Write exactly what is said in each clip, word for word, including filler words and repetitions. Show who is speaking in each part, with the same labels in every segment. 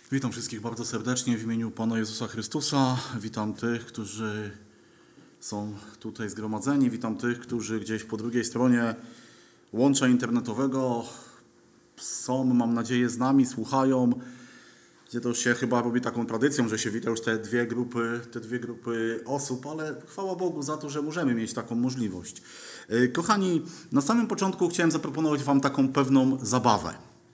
Speaker 1: Witam wszystkich bardzo serdecznie w imieniu Pana Jezusa Chrystusa. Witam tych, którzy są tutaj zgromadzeni. Witam tych, którzy gdzieś po drugiej stronie łącza internetowego są, mam nadzieję, z nami, słuchają. Gdzie to się chyba robi taką tradycją, że się wita już te dwie grupy, te dwie grupy osób, ale chwała Bogu za to, że możemy mieć taką możliwość. Kochani, na samym początku chciałem zaproponować Wam taką pewną zabawę.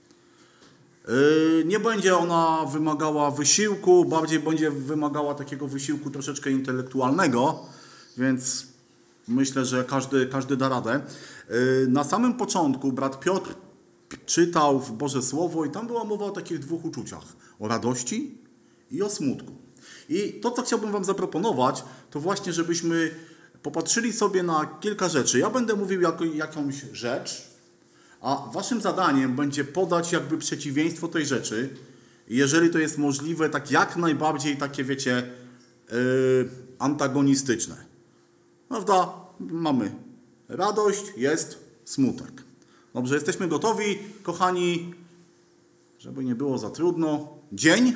Speaker 1: Nie będzie ona wymagała wysiłku, bardziej będzie wymagała takiego wysiłku troszeczkę intelektualnego, więc myślę, że każdy, każdy da radę. Na samym początku brat Piotr czytał w Boże Słowo i tam była mowa o takich dwóch uczuciach. O radości i o smutku. I to, co chciałbym Wam zaproponować, to właśnie, żebyśmy popatrzyli sobie na kilka rzeczy. Ja będę mówił jako, jakąś rzecz, a Waszym zadaniem będzie podać jakby przeciwieństwo tej rzeczy. Jeżeli to jest możliwe, tak jak najbardziej takie, wiecie, yy, antagonistyczne. Prawda? Mamy radość, jest smutek. Dobrze, jesteśmy gotowi, kochani, żeby nie było za trudno. Dzień?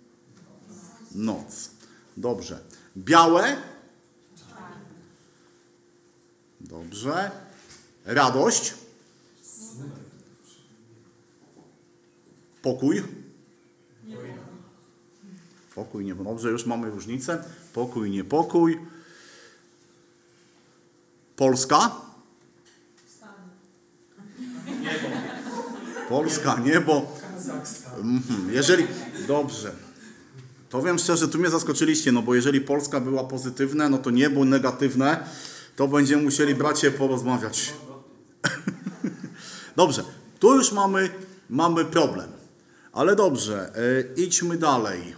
Speaker 1: Noc. Dobrze. Białe? Dobrze. Radość? Pokój? Pokój, nie. Dobrze, już mamy różnicę. Pokój, niepokój. Polska?
Speaker 2: Niebo.
Speaker 1: Polska, niebo. Jeżeli, dobrze. Powiem szczerze, tu mnie zaskoczyliście, no bo jeżeli Polska była pozytywne, no to niebo negatywne, to będziemy musieli, bracie, porozmawiać. Dobrze, tu już mamy, mamy problem. Ale dobrze, yy, idźmy dalej.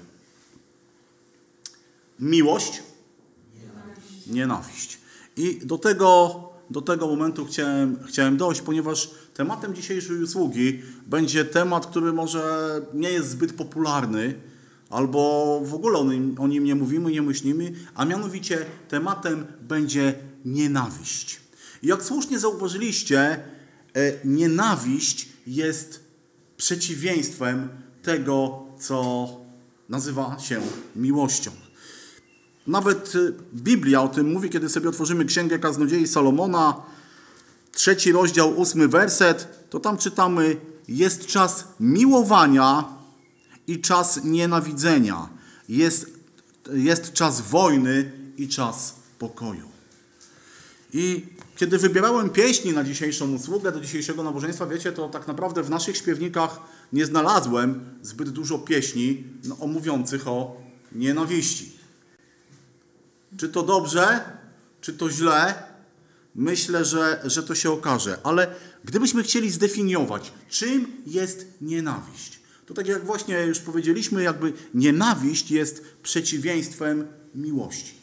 Speaker 1: Miłość? Nienawiść. Nienawiść. I do tego, do tego momentu chciałem, chciałem dojść, ponieważ tematem dzisiejszej usługi będzie temat, który może nie jest zbyt popularny, albo w ogóle o nim, o nim nie mówimy, nie myślimy, a mianowicie tematem będzie nienawiść. I jak słusznie zauważyliście, nienawiść jest przeciwieństwem tego, co nazywa się miłością. Nawet Biblia o tym mówi, kiedy sobie otworzymy Księgę Kaznodziei Salomona, trzeci rozdział, ósmy werset, to tam czytamy: jest czas miłowania i czas nienawidzenia. Jest, jest czas wojny i czas pokoju. I kiedy wybierałem pieśni na dzisiejszą usługę, do dzisiejszego nabożeństwa, wiecie, to tak naprawdę w naszych śpiewnikach nie znalazłem zbyt dużo pieśni no, o mówiących o nienawiści. Czy to dobrze, czy to źle? Myślę, że, że to się okaże. Ale gdybyśmy chcieli zdefiniować, czym jest nienawiść, to tak jak właśnie już powiedzieliśmy, jakby nienawiść jest przeciwieństwem miłości.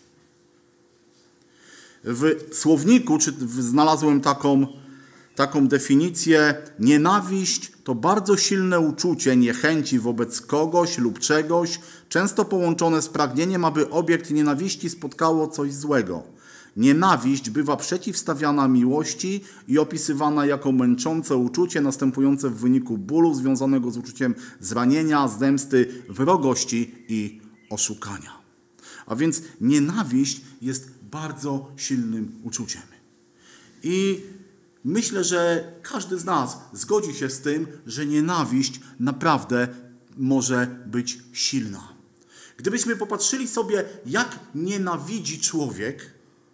Speaker 1: W słowniku czy znalazłem taką, taką definicję: nienawiść to bardzo silne uczucie niechęci wobec kogoś lub czegoś, często połączone z pragnieniem, aby obiekt nienawiści spotkało coś złego. Nienawiść bywa przeciwstawiana miłości i opisywana jako męczące uczucie następujące w wyniku bólu związanego z uczuciem zranienia, zemsty, wrogości i oszukania. A więc nienawiść jest bardzo silnym uczuciem. I myślę, że każdy z nas zgodzi się z tym, że nienawiść naprawdę może być silna. Gdybyśmy popatrzyli sobie, jak nienawidzi człowiek,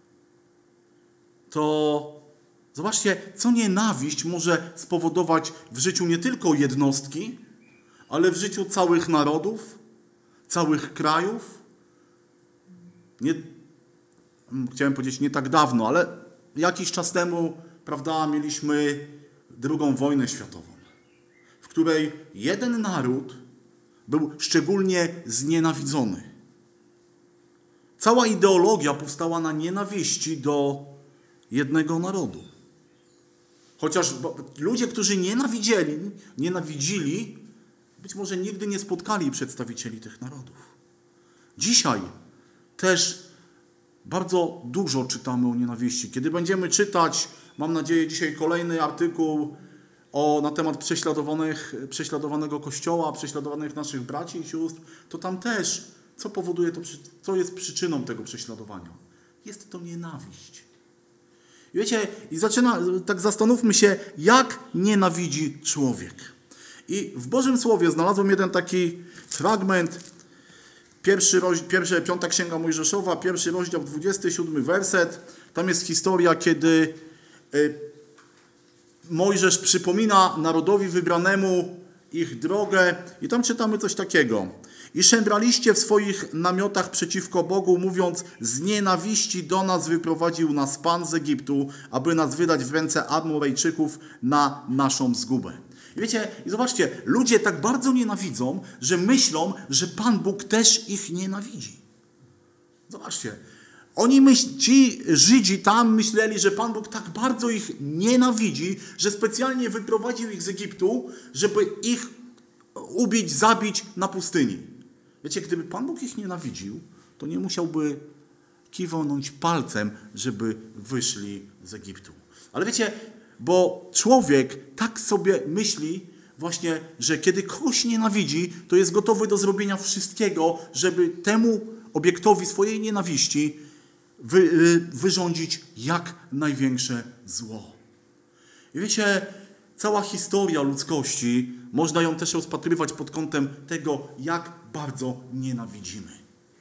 Speaker 1: to zobaczcie, co nienawiść może spowodować w życiu nie tylko jednostki, ale w życiu całych narodów, całych krajów. Nie, chciałem powiedzieć nie tak dawno, ale jakiś czas temu, prawda, mieliśmy drugą wojnę światową, w której jeden naród był szczególnie znienawidzony. Cała ideologia powstała na nienawiści do jednego narodu. Chociaż ludzie, którzy nienawidzieli, nienawidzili, być może nigdy nie spotkali przedstawicieli tych narodów. Dzisiaj też bardzo dużo czytamy o nienawiści. Kiedy będziemy czytać, mam nadzieję, dzisiaj kolejny artykuł o, na temat prześladowanych, prześladowanego Kościoła, prześladowanych naszych braci i sióstr, to tam też, co powoduje to, co jest przyczyną tego prześladowania? Jest to nienawiść. I wiecie, i zaczyna, tak zastanówmy się, jak nienawidzi człowiek. I w Bożym Słowie znalazłem jeden taki fragment, pierwszy, roz, pierwsza, piąta księga Mojżeszowa, pierwszy rozdział, dwudziesty siódmy werset. Tam jest historia, kiedy y, Mojżesz przypomina narodowi wybranemu ich drogę i tam czytamy coś takiego. I szemraliście w swoich namiotach przeciwko Bogu, mówiąc, z nienawiści do nas wyprowadził nas Pan z Egiptu, aby nas wydać w ręce Amorejczyków na naszą zgubę. I wiecie, i zobaczcie, ludzie tak bardzo nienawidzą, że myślą, że Pan Bóg też ich nienawidzi. Zobaczcie, oni myśl, ci Żydzi tam myśleli, że Pan Bóg tak bardzo ich nienawidzi, że specjalnie wyprowadził ich z Egiptu, żeby ich ubić, zabić na pustyni. Wiecie, gdyby Pan Bóg ich nienawidził, to nie musiałby kiwnąć palcem, żeby wyszli z Egiptu. Ale wiecie, bo człowiek tak sobie myśli właśnie, że kiedy kogoś nienawidzi, to jest gotowy do zrobienia wszystkiego, żeby temu obiektowi swojej nienawiści wy, wyrządzić jak największe zło. I wiecie, cała historia ludzkości, można ją też rozpatrywać pod kątem tego, jak bardzo nienawidzimy.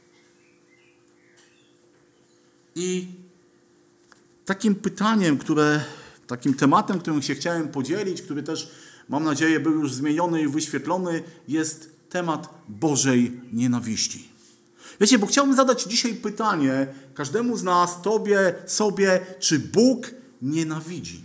Speaker 1: I takim pytaniem, które, takim tematem, którym się chciałem podzielić, który też, mam nadzieję, był już zmieniony i wyświetlony, jest temat Bożej nienawiści. Wiecie, bo chciałbym zadać dzisiaj pytanie każdemu z nas, tobie, sobie, czy Bóg nienawidzi?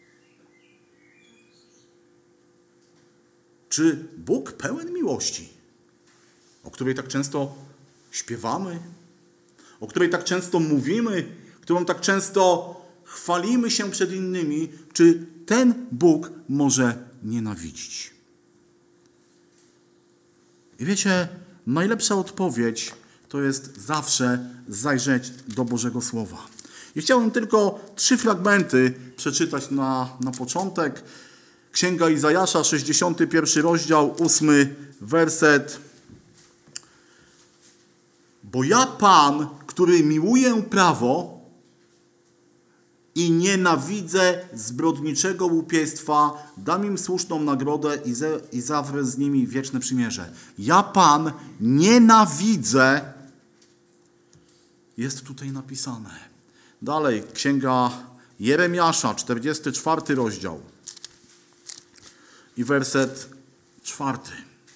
Speaker 1: Czy Bóg pełen miłości, o której tak często śpiewamy, o której tak często mówimy, którą tak często chwalimy się przed innymi, czy ten Bóg może nienawidzić? I wiecie, najlepsza odpowiedź to jest zawsze zajrzeć do Bożego Słowa. I chciałbym tylko trzy fragmenty przeczytać na, na początek. Księga Izajasza, sześćdziesiąty pierwszy rozdział, ósmy werset. Bo ja, Pan, który miłuję prawo i nienawidzę zbrodniczego łupiestwa, dam im słuszną nagrodę i, ze, i zawrę z nimi wieczne przymierze. Ja, Pan, nienawidzę, jest tutaj napisane. Dalej, Księga Jeremiasza, czterdziesty czwarty rozdział i werset czwarty.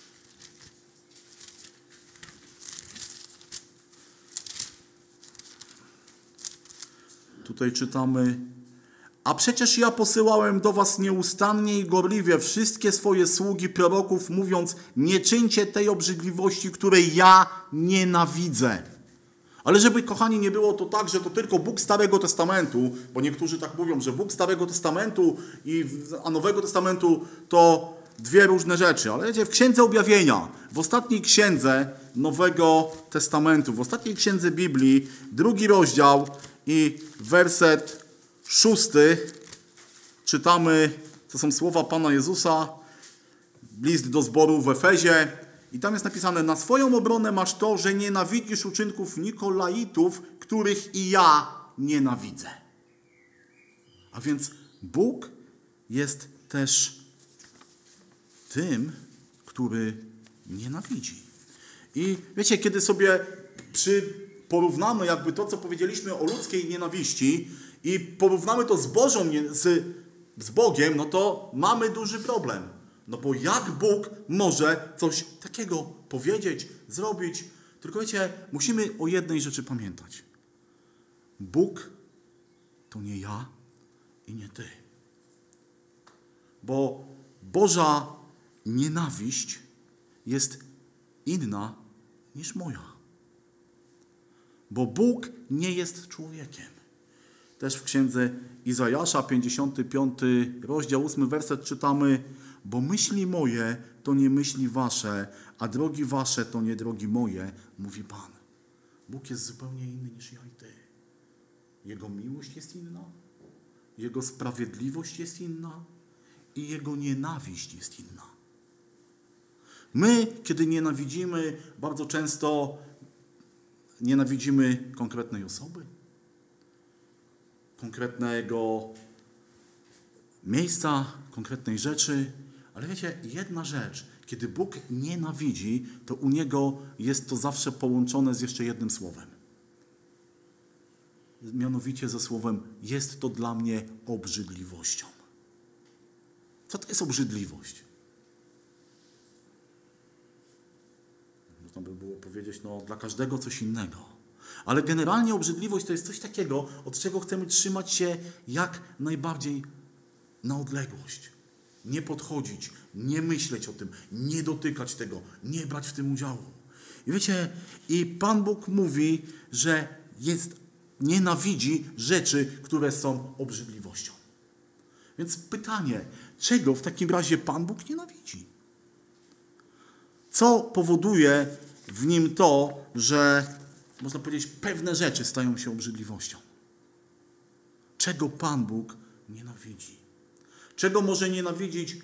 Speaker 1: Tutaj czytamy: a przecież ja posyłałem do was nieustannie i gorliwie wszystkie swoje sługi proroków, mówiąc, nie czyńcie tej obrzydliwości, której ja nienawidzę. Ale żeby, kochani, nie było to tak, że to tylko Bóg Starego Testamentu, bo niektórzy tak mówią, że Bóg Starego Testamentu i, a Nowego Testamentu to dwie różne rzeczy. Ale wiecie, w Księdze Objawienia, w ostatniej księdze Nowego Testamentu, w ostatniej księdze Biblii, drugi rozdział i werset szósty, czytamy, to są słowa Pana Jezusa, list do zboru w Efezie, i tam jest napisane: na swoją obronę masz to, że nienawidzisz uczynków Nikolaitów, których i ja nienawidzę. A więc Bóg jest też tym, który nienawidzi. I wiecie, kiedy sobie przy, porównamy jakby to, co powiedzieliśmy o ludzkiej nienawiści i porównamy to z Bożą, z, z Bogiem, no to mamy duży problem. No bo jak Bóg może coś takiego powiedzieć, zrobić? Tylko wiecie, musimy o jednej rzeczy pamiętać. Bóg to nie ja i nie ty. Bo Boża nienawiść jest inna niż moja. Bo Bóg nie jest człowiekiem. Też w księdze Izajasza, pięćdziesiąty piąty rozdział, ósmy werset czytamy: bo myśli moje to nie myśli wasze, a drogi wasze to nie drogi moje, mówi Pan. Bóg jest zupełnie inny niż ja i ty. Jego miłość jest inna, Jego sprawiedliwość jest inna, i jego nienawiść jest inna. My, kiedy nienawidzimy, bardzo często nienawidzimy konkretnej osoby, konkretnego miejsca, konkretnej rzeczy. Ale wiecie, jedna rzecz, kiedy Bóg nienawidzi, to u Niego jest to zawsze połączone z jeszcze jednym słowem. Mianowicie ze słowem, jest to dla mnie obrzydliwością. Co to jest obrzydliwość? Można by było powiedzieć, no dla każdego coś innego. Ale generalnie obrzydliwość to jest coś takiego, od czego chcemy trzymać się jak najbardziej na odległość. Nie podchodzić, nie myśleć o tym, nie dotykać tego, nie brać w tym udziału. I wiecie, i Pan Bóg mówi, że jest, nienawidzi rzeczy, które są obrzydliwością. Więc pytanie, czego w takim razie Pan Bóg nienawidzi? Co powoduje w nim to, że, można powiedzieć, pewne rzeczy stają się obrzydliwością? Czego Pan Bóg nienawidzi? Czego może nienawidzić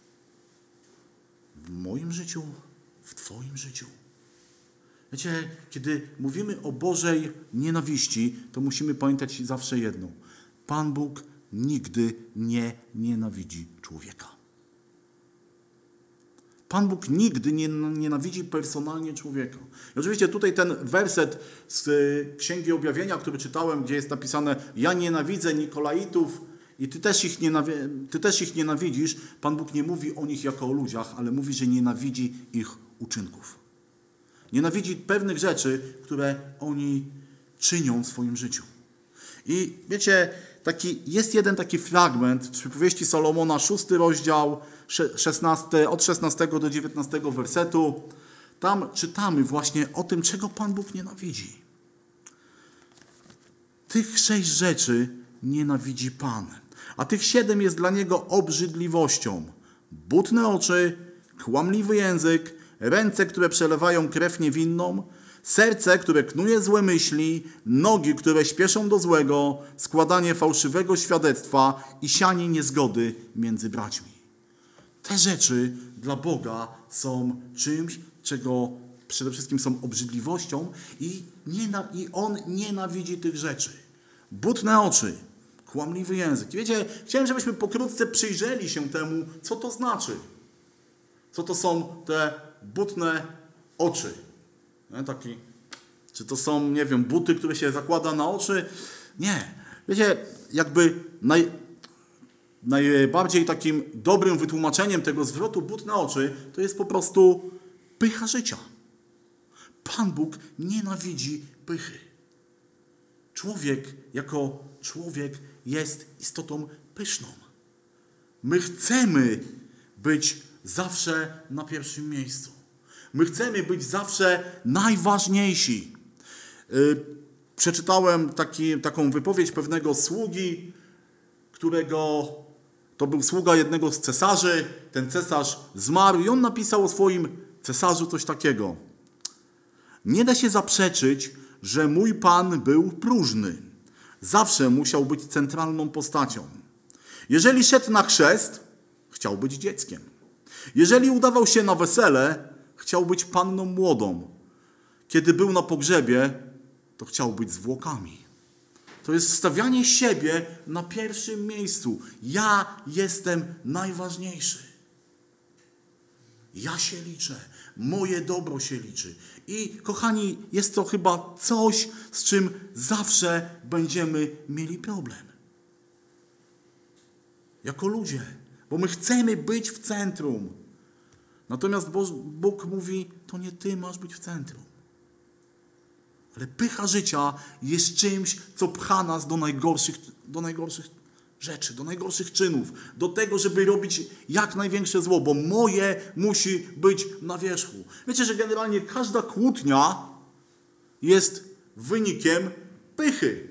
Speaker 1: w moim życiu, w Twoim życiu? Wiecie, kiedy mówimy o Bożej nienawiści, to musimy pamiętać zawsze jedno. Pan Bóg nigdy nie nienawidzi człowieka. Pan Bóg nigdy nie nienawidzi personalnie człowieka. I oczywiście tutaj ten werset z Księgi Objawienia, który czytałem, gdzie jest napisane: ja nienawidzę Nikolaitów i ty też ich, nienawi- ty też ich nienawidzisz. Pan Bóg nie mówi o nich jako o ludziach, ale mówi, że nienawidzi ich uczynków. Nienawidzi pewnych rzeczy, które oni czynią w swoim życiu. I wiecie, taki, jest jeden taki fragment w Przypowieści Salomona, szósty rozdział, szesnasty, od szesnastego do dziewiętnastego wersetu. Tam czytamy właśnie o tym, czego Pan Bóg nienawidzi. Tych sześć rzeczy nienawidzi Pan, a tych siedem jest dla Niego obrzydliwością. Butne oczy, kłamliwy język, ręce, które przelewają krew niewinną, serce, które knuje złe myśli, nogi, które śpieszą do złego, składanie fałszywego świadectwa i sianie niezgody między braćmi. Te rzeczy dla Boga są czymś, czego przede wszystkim są obrzydliwością i, niena- i On nienawidzi tych rzeczy. Butne oczy, kłamliwy język. Wiecie, chciałem, żebyśmy pokrótce przyjrzeli się temu, co to znaczy. Co to są te butne oczy. Nie? Taki, czy to są, nie wiem, buty, które się zakłada na oczy? Nie. Wiecie, jakby naj, najbardziej takim dobrym wytłumaczeniem tego zwrotu butne oczy to jest po prostu pycha życia. Pan Bóg nienawidzi pychy. Człowiek jako człowiek jest istotą pyszną. My chcemy być zawsze na pierwszym miejscu. My chcemy być zawsze najważniejsi. Yy, przeczytałem taki, taką wypowiedź pewnego sługi, którego to był sługa jednego z cesarzy. Ten cesarz zmarł i on napisał o swoim cesarzu coś takiego. Nie da się zaprzeczyć, że mój Pan był próżny. Zawsze musiał być centralną postacią. Jeżeli szedł na chrzest, chciał być dzieckiem. Jeżeli udawał się na wesele, chciał być panną młodą. Kiedy był na pogrzebie, to chciał być zwłokami. To jest stawianie siebie na pierwszym miejscu. Ja jestem najważniejszy. Ja się liczę. Moje dobro się liczy. I kochani, jest to chyba coś, z czym zawsze będziemy mieli problem. Jako ludzie. Bo my chcemy być w centrum. Natomiast Bóg mówi, to nie ty masz być w centrum. Ale pycha życia jest czymś, co pcha nas do najgorszych, do najgorszych rzeczy, do najgorszych czynów. Do tego, żeby robić jak największe zło, bo moje musi być na wierzchu. Wiecie, że generalnie każda kłótnia jest wynikiem pychy.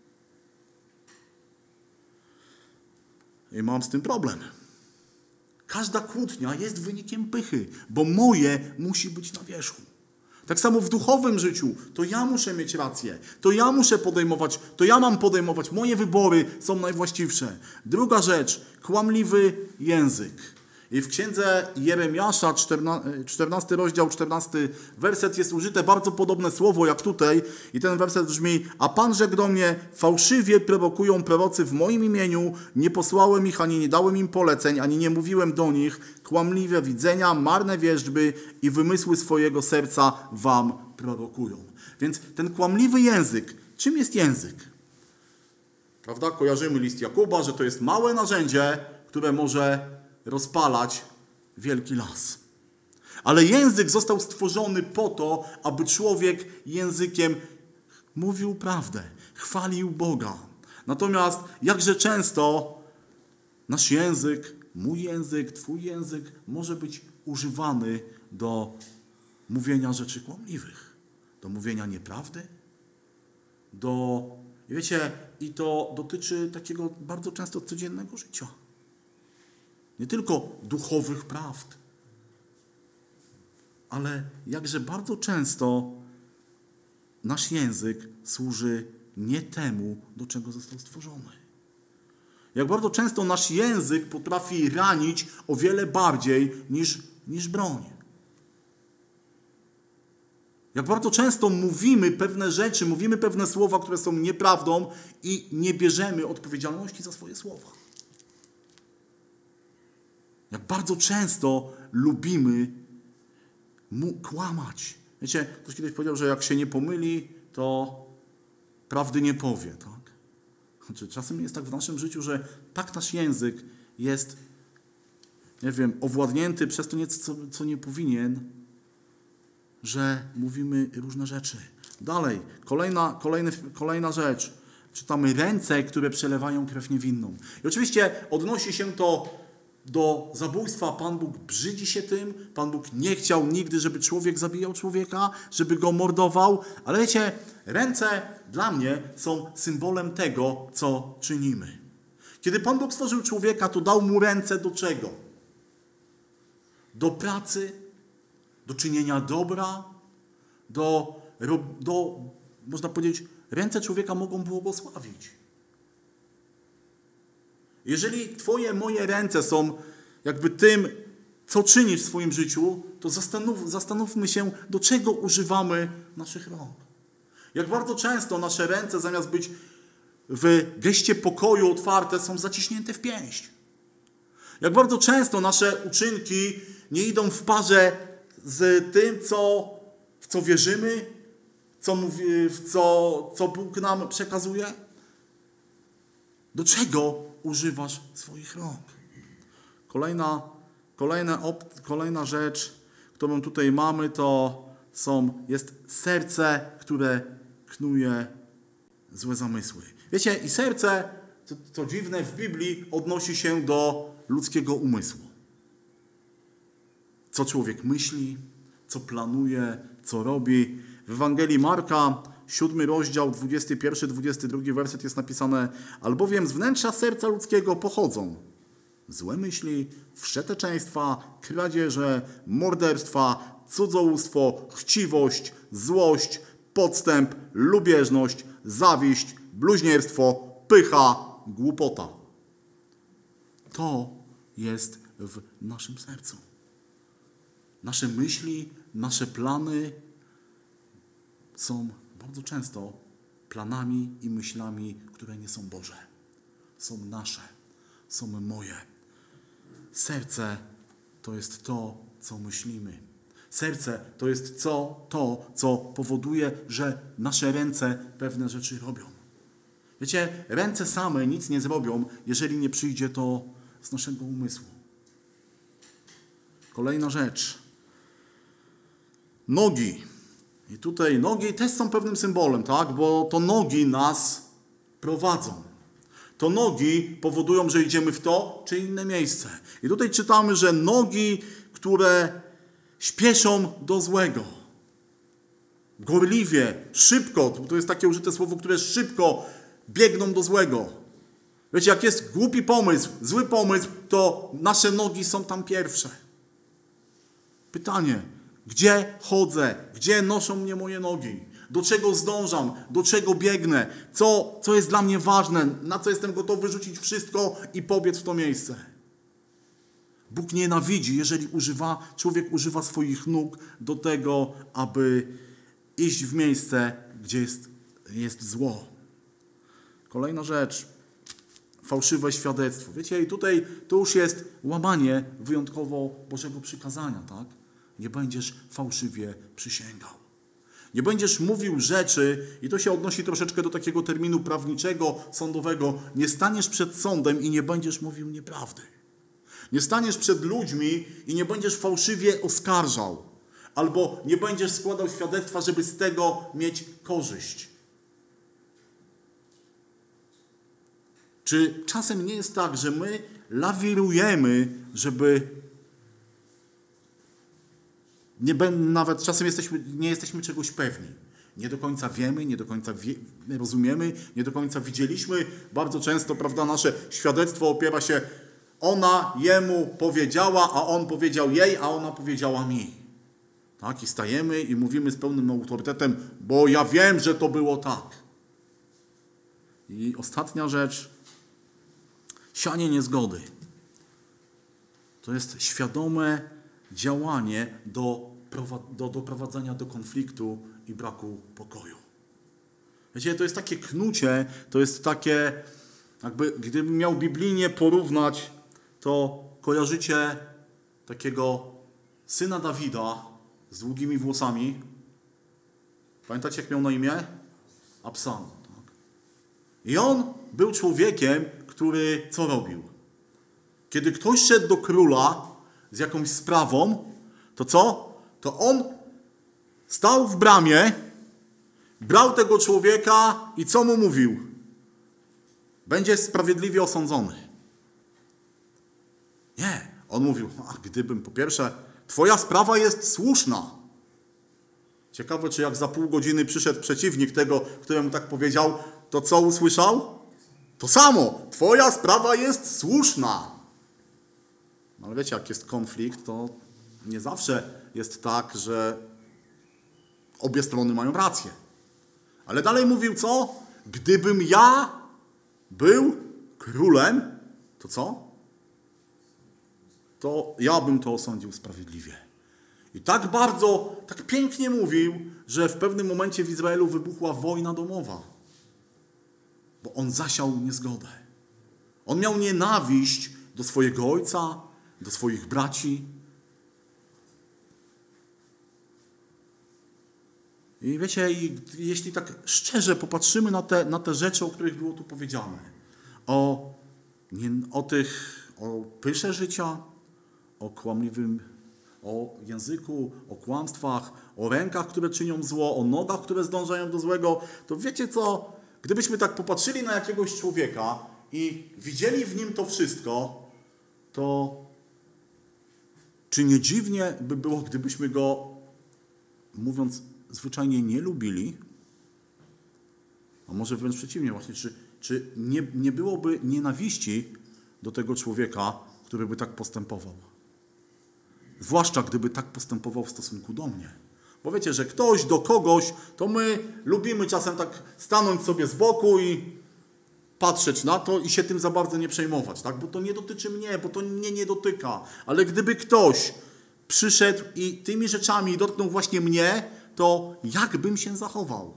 Speaker 1: I mam z tym problem. Każda kłótnia jest wynikiem pychy, bo moje musi być na wierzchu. Tak samo w duchowym życiu, to ja muszę mieć rację, to ja muszę podejmować, to ja mam podejmować, moje wybory są najwłaściwsze. Druga rzecz, kłamliwy język. I w księdze Jeremiasza, czternasty rozdział, czternasty werset jest użyte bardzo podobne słowo jak tutaj i ten werset brzmi: a Pan rzekł do mnie, fałszywie prowokują prorocy w moim imieniu, nie posłałem ich, ani nie dałem im poleceń, ani nie mówiłem do nich, kłamliwe widzenia, marne wierzby i wymysły swojego serca wam prorokują. Więc ten kłamliwy język, czym jest język? Prawda? Kojarzymy list Jakuba, że to jest małe narzędzie, które może rozpalać wielki las. Ale język został stworzony po to, aby człowiek językiem mówił prawdę, chwalił Boga. Natomiast jakże często nasz język, mój język, twój język może być używany do mówienia rzeczy kłamliwych, do mówienia nieprawdy, do... Wiecie, i to dotyczy takiego bardzo często codziennego życia. Nie tylko duchowych prawd, ale jakże bardzo często nasz język służy nie temu, do czego został stworzony. Jak bardzo często nasz język potrafi ranić o wiele bardziej niż, niż broń. Jak bardzo często mówimy pewne rzeczy, mówimy pewne słowa, które są nieprawdą i nie bierzemy odpowiedzialności za swoje słowa. Jak bardzo często lubimy mu kłamać. Wiecie, ktoś kiedyś powiedział, że jak się nie pomyli, to prawdy nie powie. Tak? Znaczy, czasem jest tak w naszym życiu, że tak nasz język jest, nie wiem, owładnięty przez to, co, co nie powinien, że mówimy różne rzeczy. Dalej, kolejna, kolejny, kolejna rzecz. Czytamy ręce, które przelewają krew niewinną. I oczywiście odnosi się to do zabójstwa. Pan Bóg brzydzi się tym. Pan Bóg nie chciał nigdy, żeby człowiek zabijał człowieka, żeby go mordował. Ale wiecie, ręce dla mnie są symbolem tego, co czynimy. Kiedy Pan Bóg stworzył człowieka, to dał mu ręce do czego? Do pracy, do czynienia dobra, do, do można powiedzieć, ręce człowieka mogą błogosławić. Jeżeli twoje, moje ręce są jakby tym, co czynisz w swoim życiu, to zastanów, zastanówmy się, do czego używamy naszych rąk. Jak bardzo często nasze ręce, zamiast być w geście pokoju otwarte, są zaciśnięte w pięść. Jak bardzo często nasze uczynki nie idą w parze z tym, co, w co wierzymy, co, mówi, w co, co Bóg nam przekazuje. Do czego używasz swoich rąk? Kolejna, kolejna, op, kolejna rzecz, którą tutaj mamy, to są, jest serce, które knuje złe zamysły. Wiecie, i serce, co, co dziwne, w Biblii odnosi się do ludzkiego umysłu. Co człowiek myśli, co planuje, co robi. W Ewangelii Marka, siódmy rozdział, dwudziesty pierwszy, dwudziesty drugi werset jest napisane: albowiem z wnętrza serca ludzkiego pochodzą złe myśli, wszeteczeństwa, kradzieże, morderstwa, cudzołóstwo, chciwość, złość, podstęp, lubieżność, zawiść, bluźnierstwo, pycha, głupota. To jest w naszym sercu. Nasze myśli, nasze plany są bardzo często planami i myślami, które nie są Boże. Są nasze, są moje. Serce to jest to, co myślimy. Serce to jest co, to, co powoduje, że nasze ręce pewne rzeczy robią. Wiecie, ręce same nic nie zrobią, jeżeli nie przyjdzie to z naszego umysłu. Kolejna rzecz. Nogi. I tutaj nogi też są pewnym symbolem, tak? Bo to nogi nas prowadzą. To nogi powodują, że idziemy w to czy inne miejsce. I tutaj czytamy, że nogi, które śpieszą do złego. Gorliwie, szybko, to jest takie użyte słowo, które szybko biegną do złego. Wiecie, jak jest głupi pomysł, zły pomysł, to nasze nogi są tam pierwsze. Pytanie, Gdzie chodzę? Gdzie noszą mnie moje nogi? Do czego zdążam? Do czego biegnę? Co, co jest dla mnie ważne? Na co jestem gotowy rzucić wszystko i pobiec w to miejsce? Bóg nienawidzi, jeżeli używa, człowiek używa swoich nóg do tego, aby iść w miejsce, gdzie jest, jest zło. Kolejna rzecz. Fałszywe świadectwo. Wiecie, i tutaj to już jest łamanie wyjątkowo Bożego przykazania, tak? Nie będziesz fałszywie przysięgał. Nie będziesz mówił rzeczy, i to się odnosi troszeczkę do takiego terminu prawniczego, sądowego, nie staniesz przed sądem i nie będziesz mówił nieprawdy. Nie staniesz przed ludźmi i nie będziesz fałszywie oskarżał. Albo nie będziesz składał świadectwa, żeby z tego mieć korzyść. Czy czasem nie jest tak, że my lawirujemy, żeby... Nie, nawet czasem jesteśmy, nie jesteśmy czegoś pewni. Nie do końca wiemy, nie do końca wie, rozumiemy, nie do końca widzieliśmy. Bardzo często, prawda, nasze świadectwo opiera się, ona jemu powiedziała, a on powiedział jej, a ona powiedziała mi. Tak? I stajemy i mówimy z pełnym autorytetem, bo ja wiem, że to było tak. I ostatnia rzecz, sianie niezgody. To jest świadome działanie do, do doprowadzenia do konfliktu i braku pokoju. Wiecie, to jest takie knucie, to jest takie, jakby gdybym miał biblijnie porównać, to kojarzycie takiego syna Dawida z długimi włosami. Pamiętacie, jak miał na imię? Absalom. Tak? I on był człowiekiem, który co robił? Kiedy ktoś szedł do króla z jakąś sprawą, to co? To on stał w bramie, brał tego człowieka i co mu mówił? Będzie sprawiedliwie osądzony. Nie. On mówił, a gdybym, po pierwsze, twoja sprawa jest słuszna. Ciekawe, czy jak za pół godziny przyszedł przeciwnik tego, któremu tak powiedział, to co usłyszał? To samo. Twoja sprawa jest słuszna. Ale wiecie, jak jest konflikt, to nie zawsze jest tak, że obie strony mają rację. Ale dalej mówił co? Gdybym ja był królem, to co? To ja bym to osądził sprawiedliwie. I tak bardzo, tak pięknie mówił, że w pewnym momencie w Izraelu wybuchła wojna domowa. Bo on zasiał niezgodę. On miał nienawiść do swojego ojca, do swoich braci. I wiecie, i jeśli tak szczerze popatrzymy na te, na te rzeczy, o których było tu powiedziane, o, nie, o tych, o pysze życia, o kłamliwym, o języku, o kłamstwach, o rękach, które czynią zło, o nogach, które zdążają do złego, to wiecie co, gdybyśmy tak popatrzyli na jakiegoś człowieka i widzieli w nim to wszystko, to czy nie dziwnie by było, gdybyśmy go, mówiąc zwyczajnie, nie lubili? A może wręcz przeciwnie właśnie, czy, czy nie, nie byłoby nienawiści do tego człowieka, który by tak postępował? Zwłaszcza gdyby tak postępował w stosunku do mnie. Bo wiecie, że ktoś do kogoś, to my lubimy czasem tak stanąć sobie z boku i patrzeć na to i się tym za bardzo nie przejmować, tak? Bo to nie dotyczy mnie, bo to mnie nie dotyka. Ale gdyby ktoś przyszedł i tymi rzeczami dotknął właśnie mnie, to jak bym się zachował?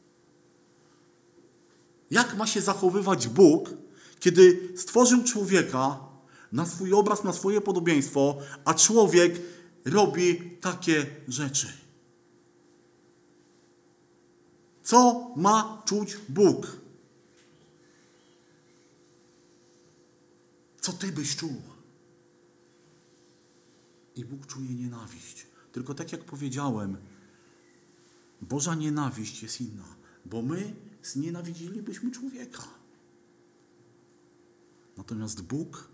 Speaker 1: Jak ma się zachowywać Bóg, kiedy stworzył człowieka na swój obraz, na swoje podobieństwo, a człowiek robi takie rzeczy? Co ma czuć Bóg? Co ty byś czuł? I Bóg czuje nienawiść. Tylko tak jak powiedziałem, Boża nienawiść jest inna, bo my znienawidzilibyśmy człowieka. Natomiast Bóg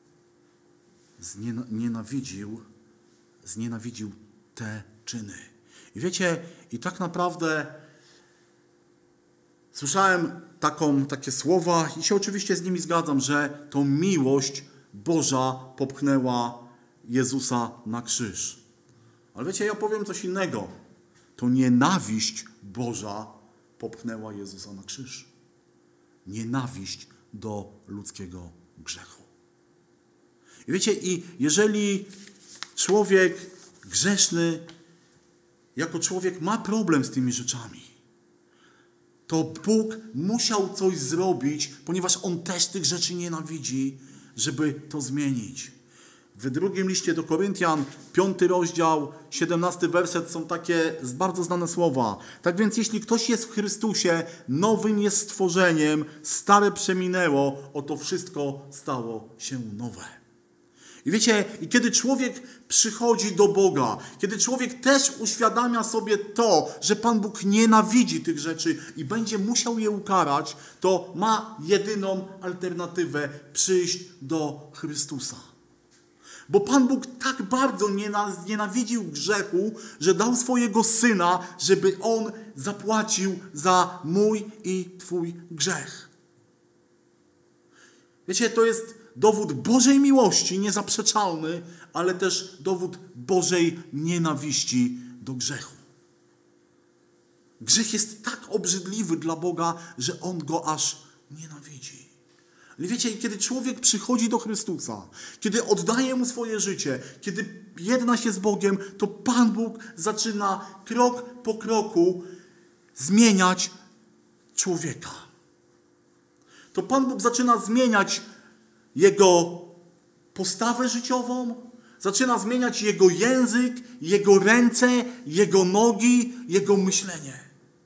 Speaker 1: znienawidził, znienawidził te czyny. I wiecie, i tak naprawdę słyszałem taką, takie słowa i się oczywiście z nimi zgadzam, że to miłość Boża popchnęła Jezusa na krzyż. Ale wiecie, ja powiem coś innego. To nienawiść Boża popchnęła Jezusa na krzyż. Nienawiść do ludzkiego grzechu. I wiecie, i jeżeli człowiek grzeszny, jako człowiek ma problem z tymi rzeczami, to Bóg musiał coś zrobić, ponieważ On też tych rzeczy nienawidzi, żeby to zmienić. W drugim liście do Koryntian, piąty rozdział, siedemnasty werset są takie bardzo znane słowa. Tak więc jeśli ktoś jest w Chrystusie, nowym jest stworzeniem, stare przeminęło, oto wszystko stało się nowe. I wiecie, i kiedy człowiek przychodzi do Boga, kiedy człowiek też uświadamia sobie to, że Pan Bóg nienawidzi tych rzeczy i będzie musiał je ukarać, to ma jedyną alternatywę: przyjść do Chrystusa. Bo Pan Bóg tak bardzo nienawidził grzechu, że dał swojego Syna, żeby On zapłacił za mój i Twój grzech. Wiecie, to jest dowód Bożej miłości, niezaprzeczalny, ale też dowód Bożej nienawiści do grzechu. Grzech jest tak obrzydliwy dla Boga, że On go aż nienawidzi. Ale wiecie, kiedy człowiek przychodzi do Chrystusa, kiedy oddaje Mu swoje życie, kiedy jedna się z Bogiem, to Pan Bóg zaczyna krok po kroku zmieniać człowieka. To Pan Bóg zaczyna zmieniać jego postawę życiową, zaczyna zmieniać jego język, jego ręce, jego nogi, jego myślenie.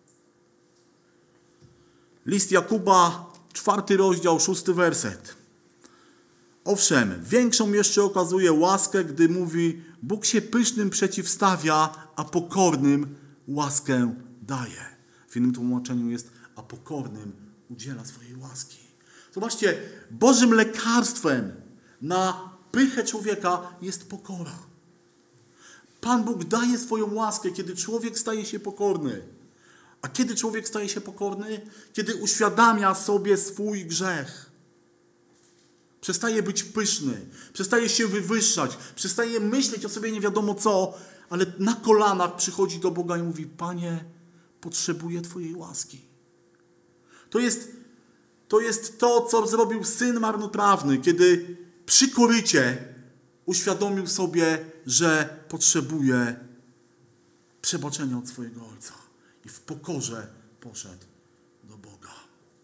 Speaker 1: List Jakuba, czwarty rozdział, szósty werset. Owszem, większą jeszcze okazuje łaskę, gdy mówi: Bóg się pysznym przeciwstawia, a pokornym łaskę daje. W innym tłumaczeniu jest: a pokornym udziela swojej łaski. Zobaczcie, Bożym lekarstwem na pychę człowieka jest pokora. Pan Bóg daje swoją łaskę, kiedy człowiek staje się pokorny. A kiedy człowiek staje się pokorny? Kiedy uświadamia sobie swój grzech. Przestaje być pyszny, przestaje się wywyższać, przestaje myśleć o sobie nie wiadomo co, ale na kolanach przychodzi do Boga i mówi: Panie, potrzebuję Twojej łaski. To jest To jest to, co zrobił syn marnotrawny, kiedy przy korycie uświadomił sobie, że potrzebuje przebaczenia od swojego ojca. I w pokorze poszedł do Boga.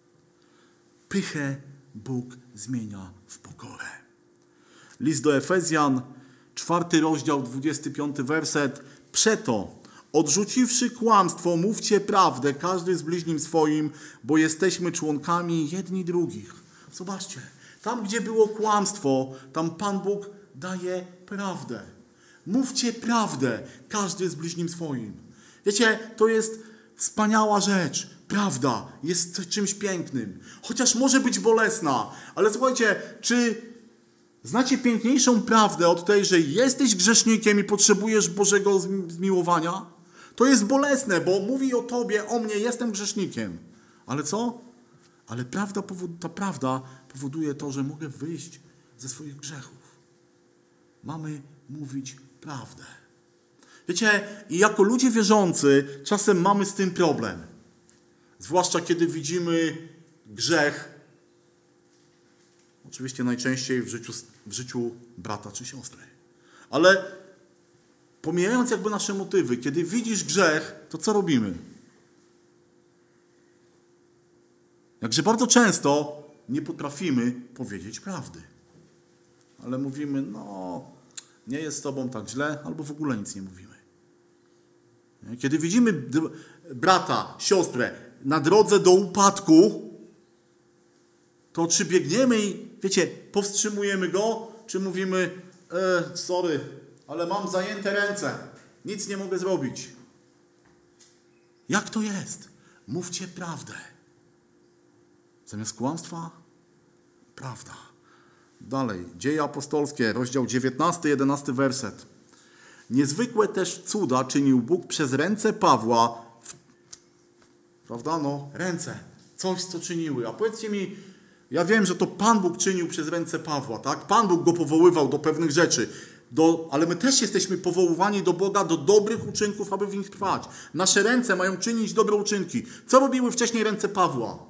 Speaker 1: Pychę Bóg zmienia w pokorę. List do Efezjan, czwarty rozdział, dwudziesty piąty werset. Przeto, odrzuciwszy kłamstwo, mówcie prawdę, każdy z bliźnim swoim, bo jesteśmy członkami jedni drugich. Zobaczcie, tam gdzie było kłamstwo, tam Pan Bóg daje prawdę. Mówcie prawdę, każdy z bliźnim swoim. Wiecie, to jest wspaniała rzecz. Prawda jest czymś pięknym. Chociaż może być bolesna. Ale słuchajcie, czy znacie piękniejszą prawdę od tej, że jesteś grzesznikiem i potrzebujesz Bożego zmiłowania? To jest bolesne, bo mówi o tobie, o mnie, jestem grzesznikiem. Ale co? Ale prawda, ta prawda powoduje to, że mogę wyjść ze swoich grzechów. Mamy mówić prawdę. Wiecie, i jako ludzie wierzący czasem mamy z tym problem. Zwłaszcza kiedy widzimy grzech, oczywiście najczęściej w życiu, w życiu brata czy siostry. Ale pomijając jakby nasze motywy, kiedy widzisz grzech, to co robimy? Jakże bardzo często nie potrafimy powiedzieć prawdy. Ale mówimy, no, nie jest z tobą tak źle, albo w ogóle nic nie mówimy. Kiedy widzimy brata, siostrę na drodze do upadku, to czy biegniemy i, wiecie, powstrzymujemy go, czy mówimy, e, sorry, ale mam zajęte ręce, nic nie mogę zrobić. Jak to jest? Mówcie prawdę. Zamiast kłamstwa, prawda. Dalej, Dzieje apostolskie, rozdział dziewiętnasty, jedenasty werset. Niezwykłe też cuda czynił Bóg przez ręce Pawła, w... prawda, no, ręce, coś co czyniły. A powiedzcie mi, ja wiem, że to Pan Bóg czynił przez ręce Pawła, tak? Pan Bóg go powoływał do pewnych rzeczy. Do, ale my też jesteśmy powoływani do Boga, do dobrych uczynków, aby w nich trwać. Nasze ręce mają czynić dobre uczynki. Co robiły wcześniej ręce Pawła?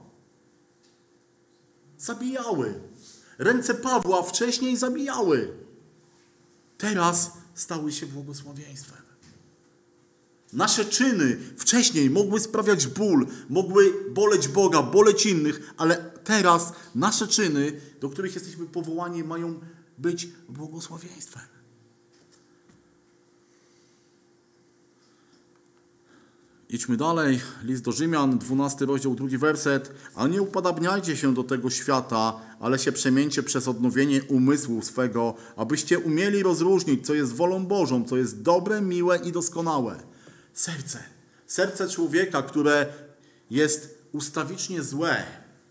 Speaker 1: Zabijały. Ręce Pawła wcześniej zabijały. Teraz stały się błogosławieństwem. Nasze czyny wcześniej mogły sprawiać ból, mogły boleć Boga, boleć innych, ale teraz nasze czyny, do których jesteśmy powołani, mają być błogosławieństwem. Idźmy dalej. List do Rzymian, dwunasty rozdział, drugi werset. A nie upodabniajcie się do tego świata, ale się przemieńcie przez odnowienie umysłu swego, abyście umieli rozróżnić, co jest wolą Bożą, co jest dobre, miłe i doskonałe. Serce. Serce człowieka, które jest ustawicznie złe,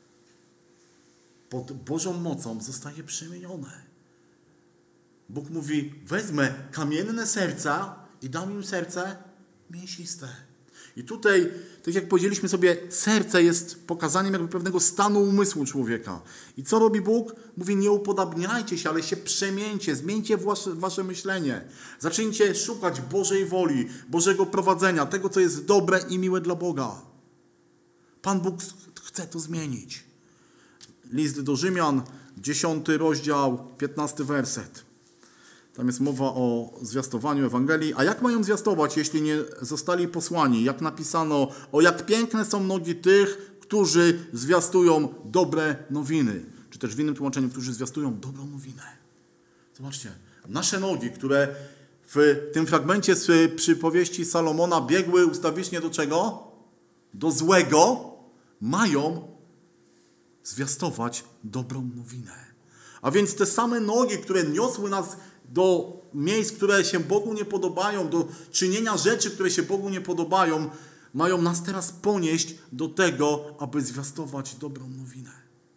Speaker 1: pod Bożą mocą zostaje przemienione. Bóg mówi, wezmę kamienne serca i dam im serce mięsiste. I tutaj, tak jak powiedzieliśmy sobie, serce jest pokazaniem jakby pewnego stanu umysłu człowieka. I co robi Bóg? Mówi, nie upodabniajcie się, ale się przemieńcie, zmieńcie wasze, wasze myślenie. Zacznijcie szukać Bożej woli, Bożego prowadzenia, tego, co jest dobre i miłe dla Boga. Pan Bóg chce to zmienić. List do Rzymian, dziesiąty rozdział, piętnasty werset. Tam jest mowa o zwiastowaniu Ewangelii. A jak mają zwiastować, jeśli nie zostali posłani? Jak napisano, o jak piękne są nogi tych, którzy zwiastują dobre nowiny. Czy też w innym tłumaczeniu, którzy zwiastują dobrą nowinę. Zobaczcie, nasze nogi, które w tym fragmencie z przypowieści Salomona biegły ustawicznie do czego? Do złego, mają zwiastować dobrą nowinę. A więc te same nogi, które niosły nas do miejsc, które się Bogu nie podobają, do czynienia rzeczy, które się Bogu nie podobają, mają nas teraz ponieść do tego, aby zwiastować dobrą nowinę.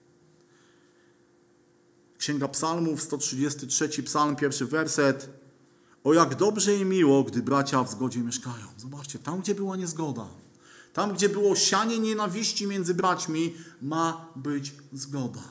Speaker 1: Księga Psalmów, sto trzydziesty trzeci psalm, pierwszy werset. O jak dobrze i miło, gdy bracia w zgodzie mieszkają. Zobaczcie, tam gdzie była niezgoda, tam gdzie było sianie nienawiści między braćmi, ma być zgoda.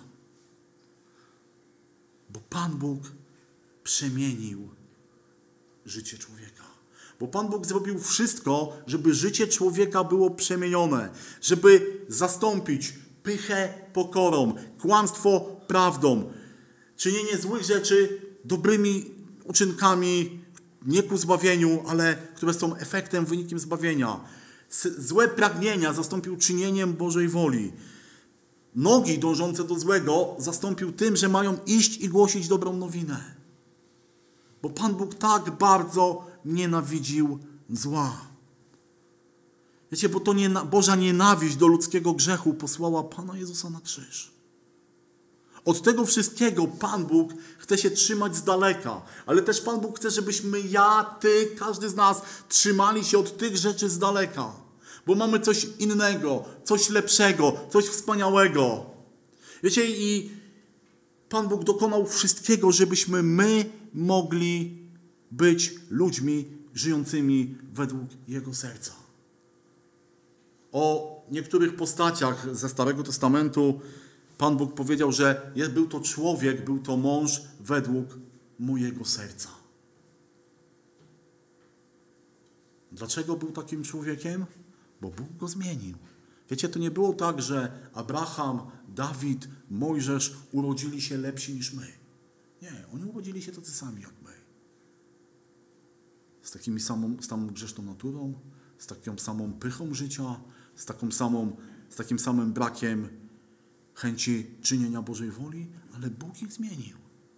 Speaker 1: Bo Pan Bóg przemienił życie człowieka. Bo Pan Bóg zrobił wszystko, żeby życie człowieka było przemienione. Żeby zastąpić pychę pokorą, kłamstwo prawdą, czynienie złych rzeczy dobrymi uczynkami, nie ku zbawieniu, ale które są efektem, wynikiem zbawienia. Złe pragnienia zastąpił czynieniem Bożej woli. Nogi dążące do złego zastąpił tym, że mają iść i głosić dobrą nowinę. Bo Pan Bóg tak bardzo nienawidził zła. Wiecie, bo to nie, Boża nienawiść do ludzkiego grzechu posłała Pana Jezusa na krzyż. Od tego wszystkiego Pan Bóg chce się trzymać z daleka. Ale też Pan Bóg chce, żebyśmy ja, ty, każdy z nas trzymali się od tych rzeczy z daleka. Bo mamy coś innego, coś lepszego, coś wspaniałego. Wiecie, i Pan Bóg dokonał wszystkiego, żebyśmy my mogli być ludźmi żyjącymi według Jego serca. O niektórych postaciach ze Starego Testamentu Pan Bóg powiedział, że był to człowiek, był to mąż według mojego serca. Dlaczego był takim człowiekiem? Bo Bóg go zmienił. Wiecie, to nie było tak, że Abraham, Dawid, Mojżesz urodzili się lepsi niż my. Nie, oni urodzili się tacy sami jak my. Z, takimi samą, z taką grzeszną naturą, z taką samą pychą życia, z, taką samą, z takim samym brakiem chęci czynienia Bożej woli, ale Bóg ich zmienił.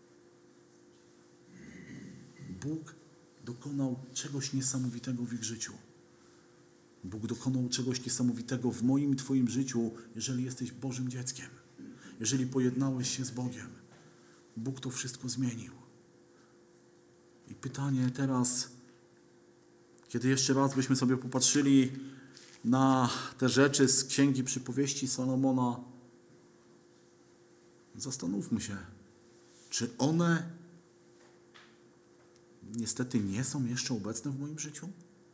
Speaker 1: Bóg dokonał czegoś niesamowitego w ich życiu. Bóg dokonał czegoś niesamowitego w moim i Twoim życiu, jeżeli jesteś Bożym dzieckiem. Jeżeli pojednałeś się z Bogiem. Bóg to wszystko zmienił. I pytanie teraz, kiedy jeszcze raz byśmy sobie popatrzyli na te rzeczy z Księgi Przypowieści Salomona, zastanówmy się, czy one niestety nie są jeszcze obecne w moim życiu?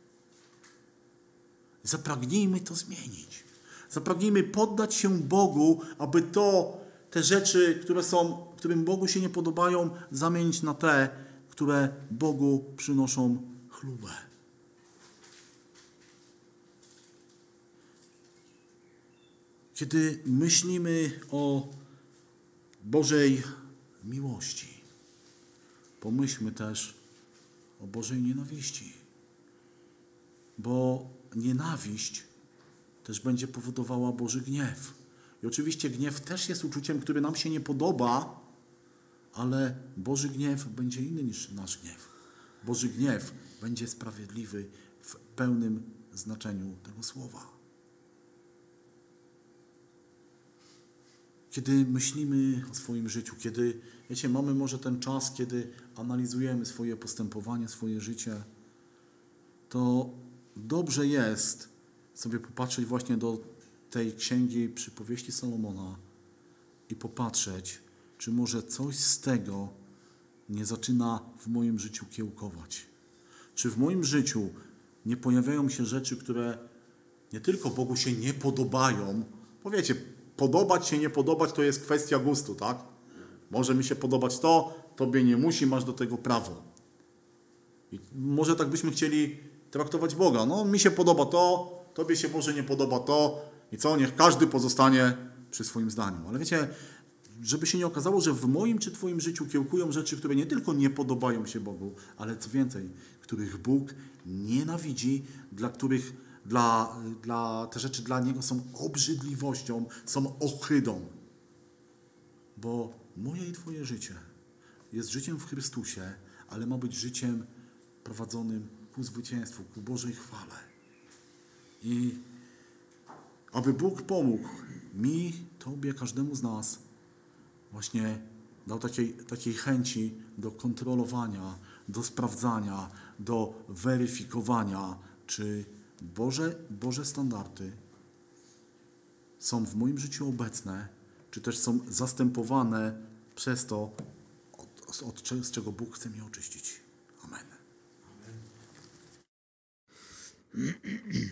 Speaker 1: Zapragnijmy to zmienić. Zapragnijmy poddać się Bogu, aby to, te rzeczy, które są, którym Bogu się nie podobają, zamienić na te, które Bogu przynoszą chlubę. Kiedy myślimy o Bożej miłości, pomyślmy też o Bożej nienawiści. Bo nienawiść też będzie powodowała Boży gniew. I oczywiście gniew też jest uczuciem, który nam się nie podoba, ale Boży gniew będzie inny niż nasz gniew. Boży gniew będzie sprawiedliwy w pełnym znaczeniu tego słowa. Kiedy myślimy o swoim życiu, kiedy, wiecie, mamy może ten czas, kiedy analizujemy swoje postępowanie, swoje życie, to dobrze jest sobie popatrzeć właśnie do tej księgi Przypowieści Salomona i popatrzeć, czy może coś z tego nie zaczyna w moim życiu kiełkować. Czy w moim życiu nie pojawiają się rzeczy, które nie tylko Bogu się nie podobają, bo wiecie, podobać się, nie podobać to jest kwestia gustu, tak? Może mi się podobać to, tobie nie musi, masz do tego prawo. I może tak byśmy chcieli traktować Boga. No, mi się podoba to, tobie się może nie podoba to i co? Niech każdy pozostanie przy swoim zdaniu. Ale wiecie, żeby się nie okazało, że w moim czy twoim życiu kiełkują rzeczy, które nie tylko nie podobają się Bogu, ale co więcej, których Bóg nienawidzi, dla których Dla, dla, te rzeczy dla Niego są obrzydliwością, są ohydą. Bo moje i twoje życie jest życiem w Chrystusie, ale ma być życiem prowadzonym ku zwycięstwu, ku Bożej chwale. I aby Bóg pomógł mi, tobie, każdemu z nas, właśnie dał takiej, takiej chęci do kontrolowania, do sprawdzania, do weryfikowania, czy Boże, Boże standardy są w moim życiu obecne, czy też są zastępowane przez to, od, od, z czego Bóg chce mnie oczyścić. Amen. Amen.